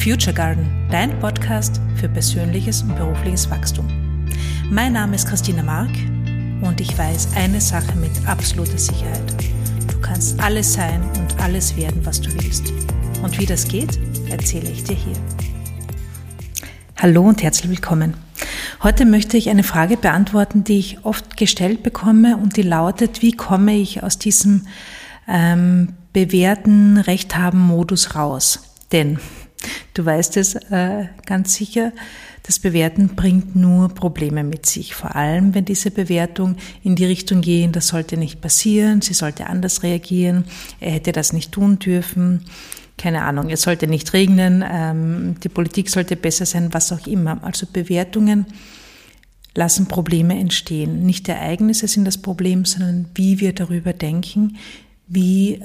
Future Garden, dein Podcast für persönliches und berufliches Wachstum. Mein Name ist Christina Mark und ich weiß eine Sache mit absoluter Sicherheit. Du kannst alles sein und alles werden, was du willst. Und wie das geht, erzähle ich dir hier. Hallo und herzlich willkommen. Heute möchte ich eine Frage beantworten, die ich oft gestellt bekomme und die lautet: Wie komme ich aus diesem bewährten Recht-haben-Modus raus? Denn du weißt es ganz sicher, das Bewerten bringt nur Probleme mit sich. Vor allem, wenn diese Bewertung in die Richtung gehen, das sollte nicht passieren, sie sollte anders reagieren, er hätte das nicht tun dürfen, keine Ahnung, es sollte nicht regnen, die Politik sollte besser sein, was auch immer. Also Bewertungen lassen Probleme entstehen. Nicht Ereignisse sind das Problem, sondern wie wir darüber denken, wie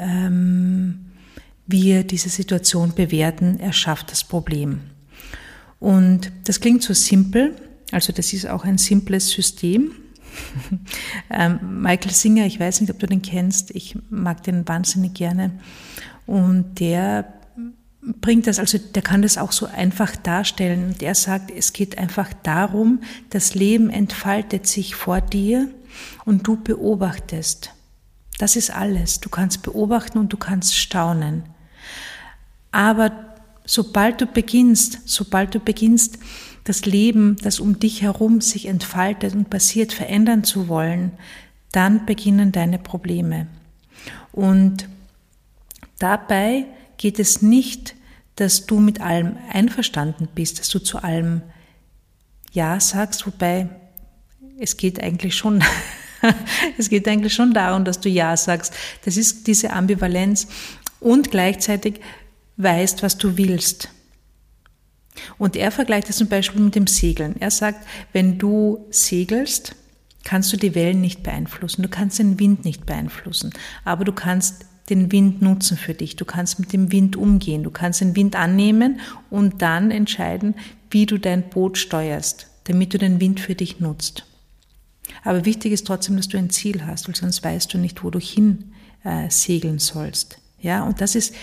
wir diese Situation bewerten, erschafft das Problem. Und das klingt so simpel, also das ist auch ein simples System. Michael Singer, ich weiß nicht, ob du den kennst, ich mag den wahnsinnig gerne. Und der bringt das, also der kann das auch so einfach darstellen. Und er sagt, es geht einfach darum, das Leben entfaltet sich vor dir und du beobachtest. Das ist alles. Du kannst beobachten und du kannst staunen. Aber sobald du beginnst, das Leben, das um dich herum sich entfaltet und passiert, verändern zu wollen, dann beginnen deine Probleme. Und dabei geht es nicht, dass du mit allem einverstanden bist, dass du zu allem Ja sagst, wobei es geht eigentlich schon darum, dass du Ja sagst. Das ist diese Ambivalenz und gleichzeitig weißt, was du willst. Und er vergleicht das zum Beispiel mit dem Segeln. Er sagt, wenn du segelst, kannst du die Wellen nicht beeinflussen, du kannst den Wind nicht beeinflussen, aber du kannst den Wind nutzen für dich, du kannst mit dem Wind umgehen, du kannst den Wind annehmen und dann entscheiden, wie du dein Boot steuerst, damit du den Wind für dich nutzt. Aber wichtig ist trotzdem, dass du ein Ziel hast, weil sonst weißt du nicht, wo du hin segeln sollst. Ja, und das ist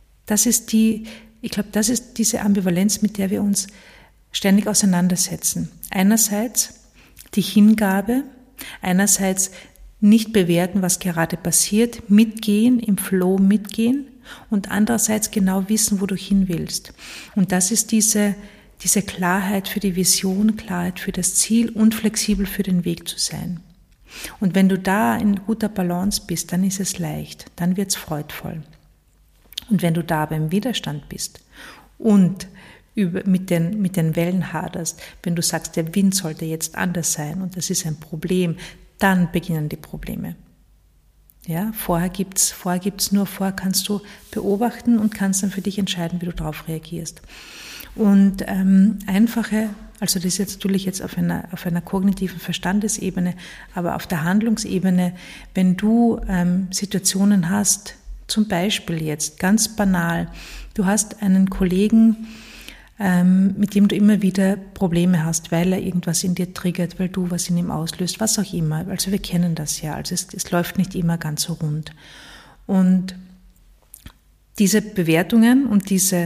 diese Ambivalenz, mit der wir uns ständig auseinandersetzen. Einerseits die Hingabe, einerseits nicht bewerten, was gerade passiert, mitgehen, im Flow mitgehen und andererseits genau wissen, wo du hin willst. Und das ist diese Klarheit für die Vision, Klarheit für das Ziel und flexibel für den Weg zu sein. Und wenn du da in guter Balance bist, dann ist es leicht, dann wird es freudvoll. Und wenn du da beim Widerstand bist und mit den Wellen haderst, wenn du sagst, der Wind sollte jetzt anders sein und das ist ein Problem, dann beginnen die Probleme. Ja, vorher kannst du beobachten und kannst dann für dich entscheiden, wie du darauf reagierst. Und also das ist jetzt natürlich auf einer kognitiven Verstandesebene, aber auf der Handlungsebene, wenn du Situationen hast, zum Beispiel jetzt ganz banal, du hast einen Kollegen, mit dem du immer wieder Probleme hast, weil er irgendwas in dir triggert, weil du was in ihm auslöst, was auch immer. Also wir kennen das ja, also es läuft nicht immer ganz so rund. Und diese Bewertungen und dieses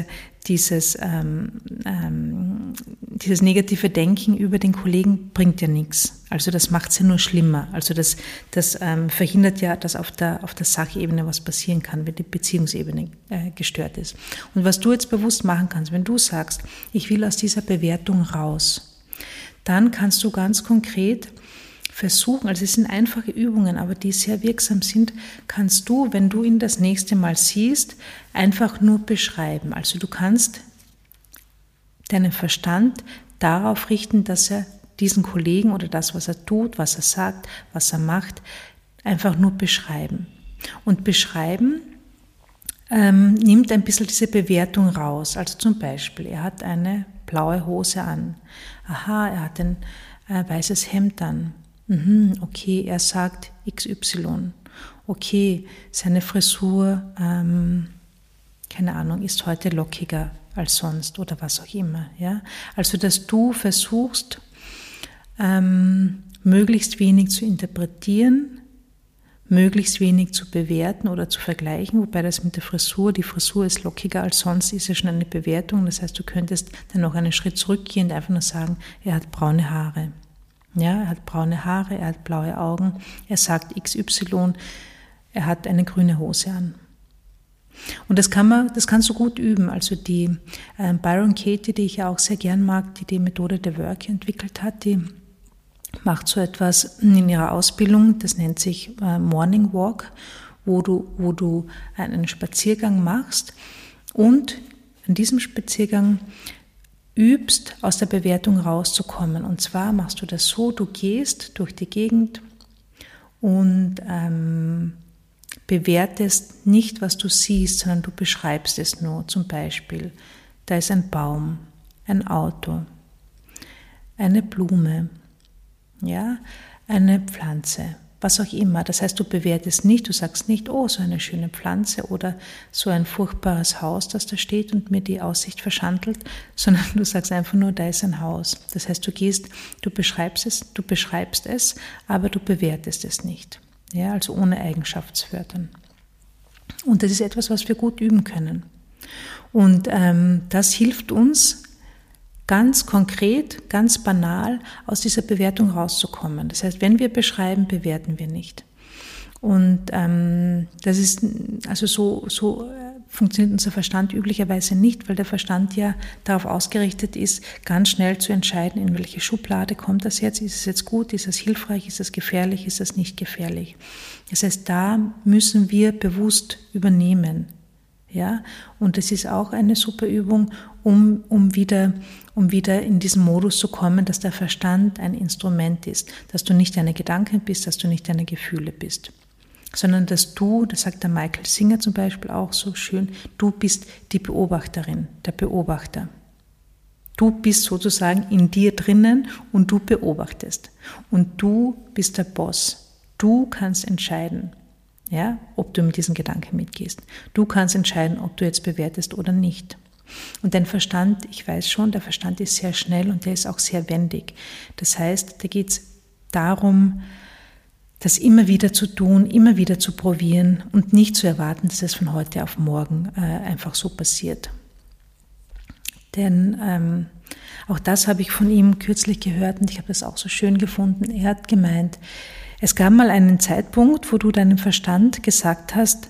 negative Denken über den Kollegen bringt ja nichts. Also das macht es ja nur schlimmer. Also das verhindert ja, dass auf der Sachebene was passieren kann, wenn die Beziehungsebene gestört ist. Und was du jetzt bewusst machen kannst, wenn du sagst, ich will aus dieser Bewertung raus, dann kannst du ganz konkret versuchen, also es sind einfache Übungen, aber die sehr wirksam sind, kannst du, wenn du ihn das nächste Mal siehst, einfach nur beschreiben. Also du kannst deinen Verstand darauf richten, dass er diesen Kollegen oder das, was er tut, was er sagt, was er macht, einfach nur beschreiben. Und beschreiben nimmt ein bisschen diese Bewertung raus. Also zum Beispiel, er hat eine blaue Hose an. Aha, er hat ein weißes Hemd an. Okay, er sagt XY. Okay, seine Frisur, keine Ahnung, ist heute lockiger als sonst oder was auch immer. Ja? Also, dass du versuchst, möglichst wenig zu interpretieren, möglichst wenig zu bewerten oder zu vergleichen, wobei das mit der Frisur, die Frisur ist lockiger als sonst, ist ja schon eine Bewertung. Das heißt, du könntest dann noch einen Schritt zurückgehen und einfach nur sagen, er hat braune Haare. Ja, er hat braune Haare, er hat blaue Augen, er sagt XY, er hat eine grüne Hose an. Und das kannst du gut üben. Also die Byron Katie, die ich ja auch sehr gern mag, die Methode der Work entwickelt hat, die macht so etwas in ihrer Ausbildung, das nennt sich Morning Walk, wo du einen Spaziergang machst und an diesem Spaziergang übst, aus der Bewertung rauszukommen. Und zwar machst du das so, du gehst durch die Gegend und bewertest nicht, was du siehst, sondern du beschreibst es nur. Zum Beispiel, da ist ein Baum, ein Auto, eine Blume, ja, eine Pflanze, was auch immer. Das heißt, du bewertest nicht, du sagst nicht, oh, so eine schöne Pflanze oder so ein furchtbares Haus, das da steht und mir die Aussicht verschandelt, sondern du sagst einfach nur, da ist ein Haus. Das heißt, du beschreibst es, aber du bewertest es nicht. Ja, also ohne Eigenschaftswörtern. Und das ist etwas, was wir gut üben können. Und das hilft uns, ganz konkret, ganz banal aus dieser Bewertung rauszukommen. Das heißt, wenn wir beschreiben, bewerten wir nicht. Und das ist, also so funktioniert unser Verstand üblicherweise nicht, weil der Verstand ja darauf ausgerichtet ist, ganz schnell zu entscheiden, in welche Schublade kommt das jetzt, ist es jetzt gut, ist es hilfreich, ist es gefährlich, ist es nicht gefährlich. Das heißt, da müssen wir bewusst übernehmen. Ja, und das ist auch eine super Übung, um wieder in diesen Modus zu kommen, dass der Verstand ein Instrument ist, dass du nicht deine Gedanken bist, dass du nicht deine Gefühle bist, sondern dass du, das sagt der Michael Singer zum Beispiel auch so schön, du bist die Beobachterin, der Beobachter. Du bist sozusagen in dir drinnen und du beobachtest. Und du bist der Boss. Du kannst entscheiden. Ja, ob du mit diesen Gedanken mitgehst. Du kannst entscheiden, ob du jetzt bewertest oder nicht. Und dein Verstand, ich weiß schon, der Verstand ist sehr schnell und der ist auch sehr wendig. Das heißt, da geht es darum, das immer wieder zu tun, immer wieder zu probieren und nicht zu erwarten, dass es von heute auf morgen einfach so passiert. Denn auch das habe ich von ihm kürzlich gehört und ich habe das auch so schön gefunden. Er hat gemeint, es gab mal einen Zeitpunkt, wo du deinem Verstand gesagt hast,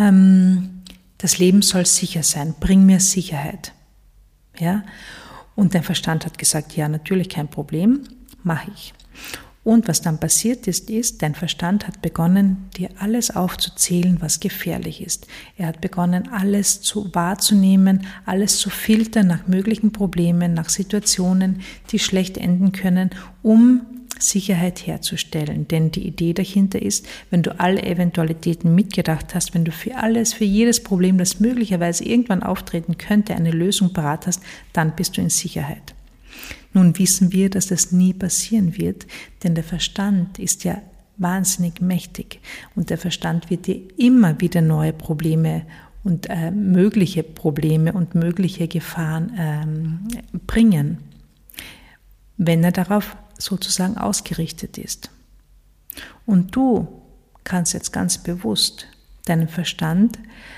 das Leben soll sicher sein, bring mir Sicherheit. Ja? Und dein Verstand hat gesagt, ja, natürlich kein Problem, mache ich. Und was dann passiert ist, dein Verstand hat begonnen, dir alles aufzuzählen, was gefährlich ist. Er hat begonnen, alles wahrzunehmen, alles zu filtern nach möglichen Problemen, nach Situationen, die schlecht enden können, um Sicherheit herzustellen. Denn die Idee dahinter ist, wenn du alle Eventualitäten mitgedacht hast, wenn du für jedes Problem, das möglicherweise irgendwann auftreten könnte, eine Lösung parat hast, dann bist du in Sicherheit. Nun wissen wir, dass das nie passieren wird, denn der Verstand ist ja wahnsinnig mächtig und der Verstand wird dir immer wieder neue Probleme und mögliche Probleme und mögliche Gefahren bringen, wenn er darauf sozusagen ausgerichtet ist. Und du kannst jetzt ganz bewusst deinem Verstand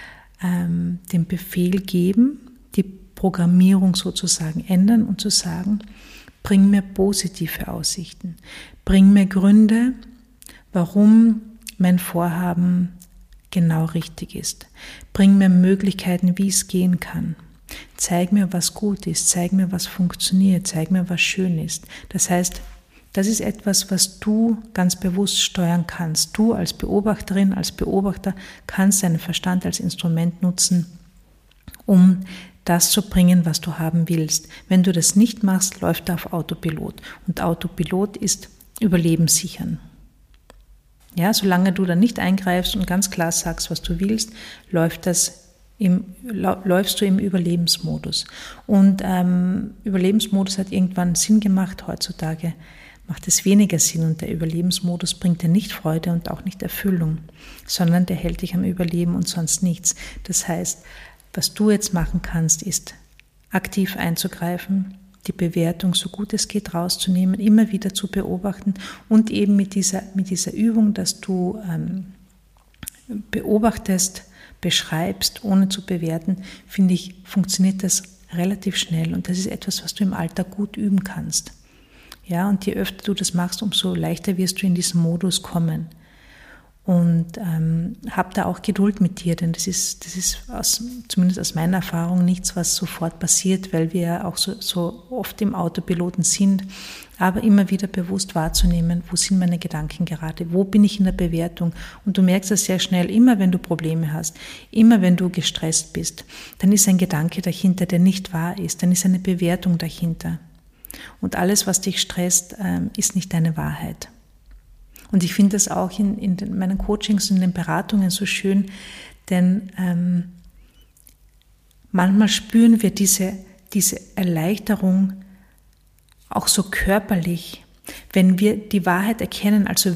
den Befehl geben, die Programmierung sozusagen ändern und zu sagen, bring mir positive Aussichten, bring mir Gründe, warum mein Vorhaben genau richtig ist, bring mir Möglichkeiten, wie es gehen kann. Zeig mir, was gut ist, zeig mir, was funktioniert, zeig mir, was schön ist. Das heißt, das ist etwas, was du ganz bewusst steuern kannst. Du als Beobachterin, als Beobachter kannst deinen Verstand als Instrument nutzen, um das zu bringen, was du haben willst. Wenn du das nicht machst, läuft er auf Autopilot. Und Autopilot ist überlebenssichern. Ja, solange du da nicht eingreifst und ganz klar sagst, was du willst, läufst du im Überlebensmodus. Und Überlebensmodus hat irgendwann Sinn gemacht. Heutzutage macht es weniger Sinn und der Überlebensmodus bringt dir nicht Freude und auch nicht Erfüllung, sondern der hält dich am Überleben und sonst nichts. Das heißt, was du jetzt machen kannst, ist aktiv einzugreifen, die Bewertung so gut es geht rauszunehmen, immer wieder zu beobachten und eben mit dieser Übung, dass du beobachtest, beschreibst, ohne zu bewerten, finde ich, funktioniert das relativ schnell. Und das ist etwas, was du im Alltag gut üben kannst. Ja, und je öfter du das machst, umso leichter wirst du in diesen Modus kommen. Und hab da auch Geduld mit dir, denn das ist zumindest aus meiner Erfahrung nichts, was sofort passiert, weil wir ja auch so oft im Autopiloten sind, aber immer wieder bewusst wahrzunehmen, wo sind meine Gedanken gerade, wo bin ich in der Bewertung, und du merkst das sehr schnell, immer wenn du Probleme hast, immer wenn du gestresst bist, dann ist ein Gedanke dahinter, der nicht wahr ist, dann ist eine Bewertung dahinter, und alles, was dich stresst, ist nicht deine Wahrheit. Und ich finde das auch in meinen Coachings und in den Beratungen so schön, denn manchmal spüren wir diese Erleichterung auch so körperlich, wenn wir die Wahrheit erkennen. Also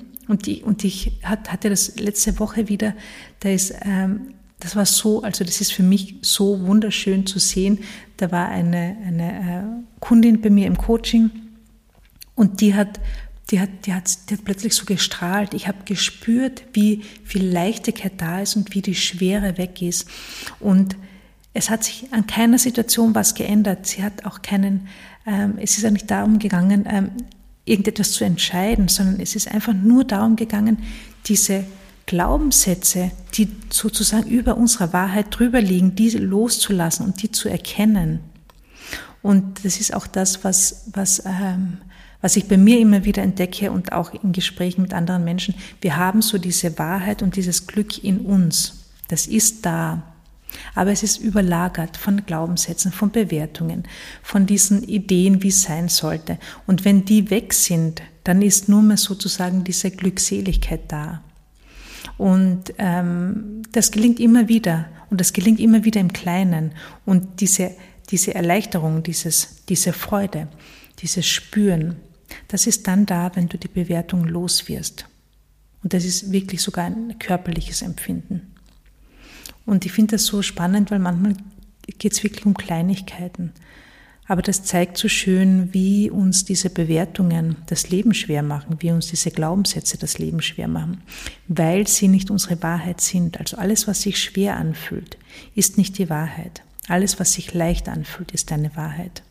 ich hatte das letzte Woche wieder, das war so, also das ist für mich so wunderschön zu sehen. Da war eine Kundin bei mir im Coaching und die hat plötzlich so gestrahlt. Ich habe gespürt, wie viel Leichtigkeit da ist und wie die Schwere weg ist. Und es hat sich an keiner Situation was geändert. Sie hat auch es ist ja nicht darum gegangen, irgendetwas zu entscheiden, sondern es ist einfach nur darum gegangen, diese Glaubenssätze, die sozusagen über unserer Wahrheit drüber liegen, die loszulassen und die zu erkennen. Und das ist auch das, was ich bei mir immer wieder entdecke und auch in Gesprächen mit anderen Menschen. Wir haben so diese Wahrheit und dieses Glück in uns. Das ist da. Aber es ist überlagert von Glaubenssätzen, von Bewertungen, von diesen Ideen, wie es sein sollte. Und wenn die weg sind, dann ist nur mehr sozusagen diese Glückseligkeit da. Und das gelingt immer wieder. Und das gelingt immer wieder im Kleinen. Und diese Erleichterung, diese Freude, dieses Spüren, das ist dann da, wenn du die Bewertung los wirst. Und das ist wirklich sogar ein körperliches Empfinden. Und ich finde das so spannend, weil manchmal geht es wirklich um Kleinigkeiten. Aber das zeigt so schön, wie uns diese Bewertungen das Leben schwer machen, wie uns diese Glaubenssätze das Leben schwer machen, weil sie nicht unsere Wahrheit sind. Also alles, was sich schwer anfühlt, ist nicht die Wahrheit. Alles, was sich leicht anfühlt, ist deine Wahrheit.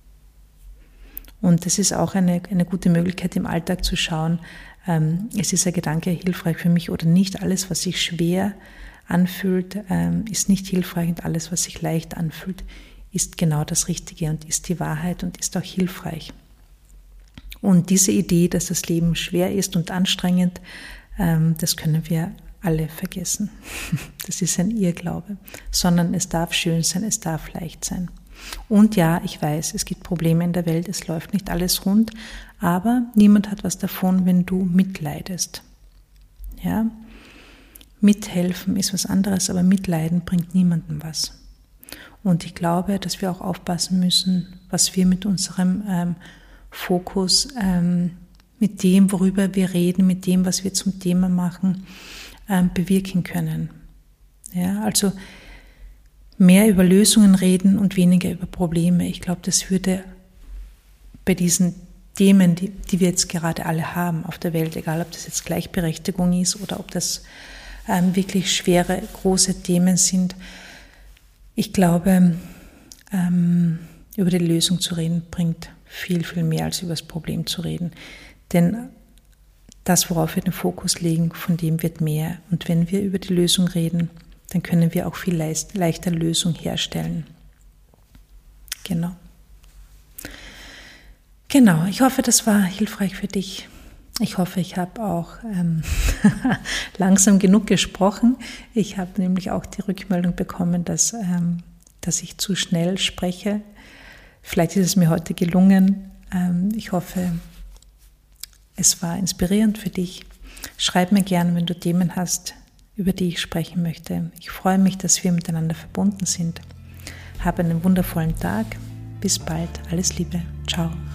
Und das ist auch eine gute Möglichkeit im Alltag zu schauen, ist dieser Gedanke hilfreich für mich oder nicht. Alles, was sich schwer anfühlt, ist nicht hilfreich, und alles, was sich leicht anfühlt, ist genau das Richtige und ist die Wahrheit und ist auch hilfreich. Und diese Idee, dass das Leben schwer ist und anstrengend, das können wir alle vergessen. Das ist ein Irrglaube, sondern es darf schön sein, es darf leicht sein. Und ja, ich weiß, es gibt Probleme in der Welt, es läuft nicht alles rund, aber niemand hat was davon, wenn du mitleidest. Ja? Mithelfen ist was anderes, aber Mitleiden bringt niemandem was. Und ich glaube, dass wir auch aufpassen müssen, was wir mit unserem Fokus, mit dem, worüber wir reden, mit dem, was wir zum Thema machen, bewirken können. Ja, also mehr über Lösungen reden und weniger über Probleme. Ich glaube, das würde bei diesen Themen, die wir jetzt gerade alle haben auf der Welt, egal ob das jetzt Gleichberechtigung ist oder ob das wirklich schwere, große Themen sind, ich glaube, über die Lösung zu reden, bringt viel, viel mehr als über das Problem zu reden. Denn das, worauf wir den Fokus legen, von dem wird mehr. Und wenn wir über die Lösung reden, dann können wir auch viel leichter Lösung herstellen. Genau, ich hoffe, das war hilfreich für dich. Ich hoffe, ich habe auch langsam genug gesprochen. Ich habe nämlich auch die Rückmeldung bekommen, dass ich zu schnell spreche. Vielleicht ist es mir heute gelungen. Ich hoffe, es war inspirierend für dich. Schreib mir gerne, wenn du Themen hast, über die ich sprechen möchte. Ich freue mich, dass wir miteinander verbunden sind. Habe einen wundervollen Tag. Bis bald. Alles Liebe. Ciao.